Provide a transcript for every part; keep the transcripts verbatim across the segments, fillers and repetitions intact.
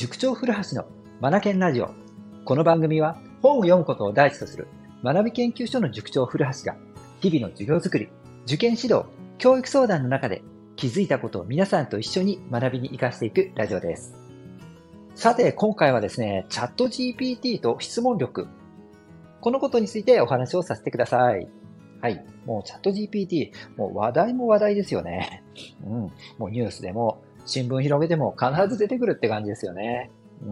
塾長古橋のマナケンラジオ。この番組は本を読むことを第一とする学び研究所の塾長古橋が日々の授業づくり、受験指導、教育相談の中で気づいたことを皆さんと一緒に学びに活かしていくラジオです。さて今回はですね、チャット ジーピーティー と質問力、このことについてお話をさせてください。はい。もうチャット ジーピーティー、もう話題も話題ですよね。うん。もうニュースでも新聞広げても必ず出てくるって感じですよね。うん。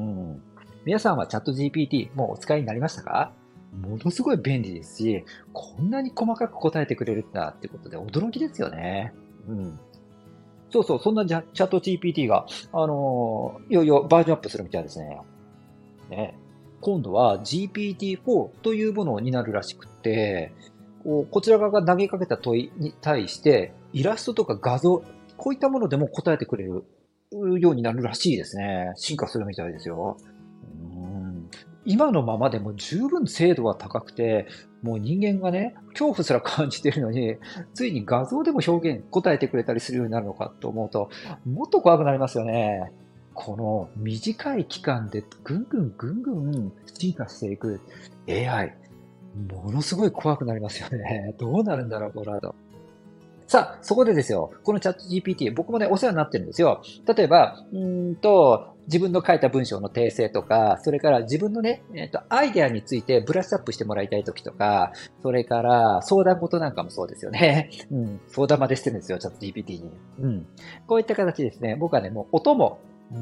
皆さんはチャット ジーピーティー もうお使いになりましたか？ものすごい便利ですし、こんなに細かく答えてくれるんだってことで驚きですよね。うん。そうそう、そんなチャット ジーピーティー が、あのー、いよいよバージョンアップするみたいですね。ね。今度は ジーピーティーフォー というものになるらしくて、こうこちら側が投げかけた問いに対して、イラストとか画像、こういったものでも答えてくれるようになるらしいですね。進化するみたいですよ。うーん、今のままでも十分精度は高くて、もう人間がね、恐怖すら感じているのに、ついに画像でも表現、答えてくれたりするようになるのかと思うと、もっと怖くなりますよね。この短い期間でぐんぐんぐんぐん進化していく エーアイ、ものすごい怖くなりますよね。どうなるんだろう、この後。さあ、そこでですよ、このチャット ジーピーティー、僕もね、お世話になってるんですよ。例えば、うーんと、自分の書いた文章の訂正とか、それから自分のね、えっと、アイデアについてブラッシュアップしてもらいたいときとか、それから相談事なんかもそうですよね。うん、相談までしてるんですよ、チャット ジーピーティー に。うん。こういった形ですね、僕はね、もう音も、うん、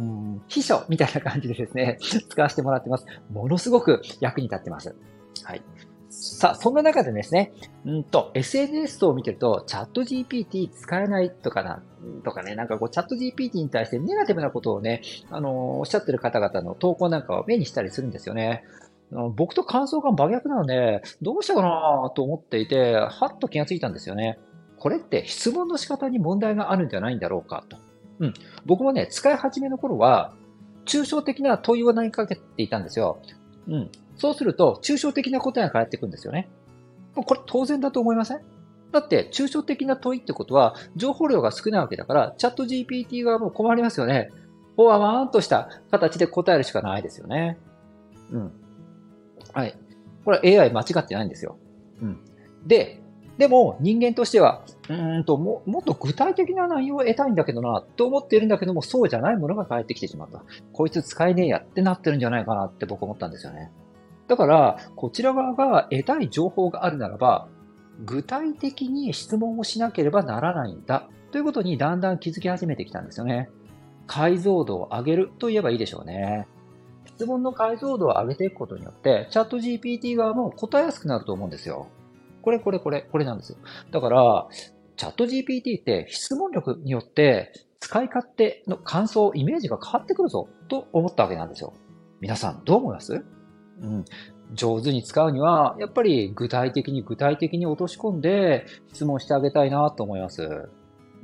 秘書みたいな感じでですね、使わせてもらってます。ものすごく役に立ってます。はい。さあ、そんな中でですね、うんと、エスエヌエス を見てると、チャット ジーピーティー 使えないとかな、とかね、なんかこう、チャット ジーピーティー に対してネガティブなことをね、あのーおっしゃってる方々の投稿なんかを目にしたりするんですよね。あの僕と感想が真逆なので、どうしたかなと思っていて、はっと気がついたんですよね。これって質問の仕方に問題があるんじゃないんだろうかと。うん。僕もね、使い始めの頃は、抽象的な問いを投げかけていたんですよ。うん。そうすると、抽象的な答えが返ってくるんですよね。これ当然だと思いません？だって、抽象的な問いってことは、情報量が少ないわけだから、チャット ジーピーティー 側も困りますよね。ほわわーんとした形で答えるしかないですよね。うん。はい。これは エーアイ 間違ってないんですよ。うん。で、でも人間としては、うーんとも、もっと具体的な内容を得たいんだけどな、と思っているんだけども、そうじゃないものが返ってきてしまった。こいつ使えねえやってなってるんじゃないかなって僕思ったんですよね。だから、こちら側が得たい情報があるならば、具体的に質問をしなければならないんだ。ということにだんだん気づき始めてきたんですよね。解像度を上げると言えばいいでしょうね。質問の解像度を上げていくことによって、チャット ジーピーティー 側も答えやすくなると思うんですよ。これこれこれ、これなんですよ。だから、チャット ジーピーティー って質問力によって使い勝手の感想、イメージが変わってくるぞと思ったわけなんですよ。皆さんどう思います？うん、上手に使うには、やっぱり具体的に具体的に落とし込んで質問してあげたいなと思います。うん。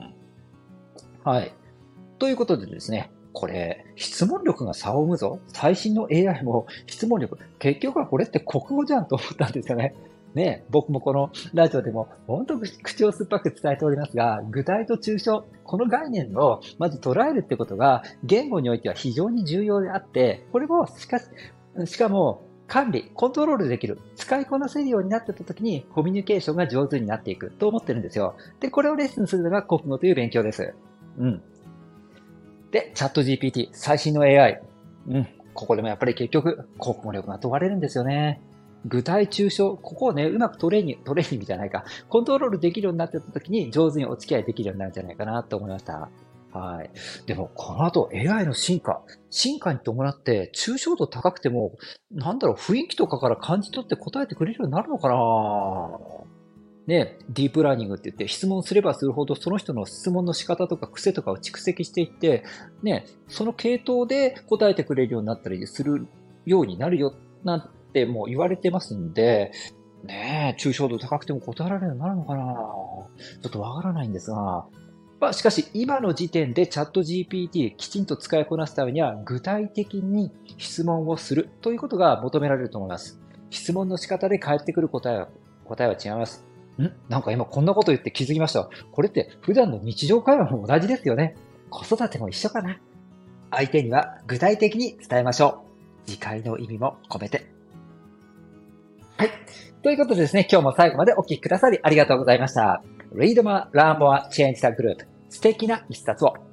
はい。ということでですね、これ、質問力が差を生むぞ。最新の エーアイ も質問力。結局はこれって国語じゃんと思ったんですよね。ね、僕もこのラジオでも本当に口を酸っぱく伝えておりますが、具体と抽象、この概念をまず捉えるってことが言語においては非常に重要であって、これをしかし、しかも管理、コントロールできる、使いこなせるようになってた時にコミュニケーションが上手になっていくと思ってるんですよ。で、これをレッスンするのが国語という勉強です。うん。で、チャット ジーピーティー、最新の エーアイ。うん。ここでもやっぱり結局、国語力が問われるんですよね。具体抽象、ここをね、うまくトレーニング、トレーニングじゃないか、コントロールできるようになってた時に上手にお付き合いできるようになるんじゃないかなと思いました。はい。でも、この後 エーアイ の進化、進化に伴って抽象度高くても、なんだろう、雰囲気とかから感じ取って答えてくれるようになるのかな？ね、ディープラーニングって言って質問すればするほどその人の質問の仕方とか癖とかを蓄積していって、ね、その系統で答えてくれるようになったりするようになるよ、なんてもう言われてますんで、ねえ、抽象度高くても答えられるようになるのかな？ちょっとわからないんですが、まあ、しかし今の時点でチャット ジーピーティー きちんと使いこなすためには具体的に質問をするということが求められると思います。質問の仕方で返ってくる答えは、答えは違います。んなんか今こんなこと言って気づきました。これって普段の日常会話も同じですよね。子育ても一緒かな。 相手には具体的に伝えましょう。次回の意味も込めて。はい。ということでですね、今日も最後までお聞きくださりありがとうございました。Read more, learn more, change the group。素敵な一冊を。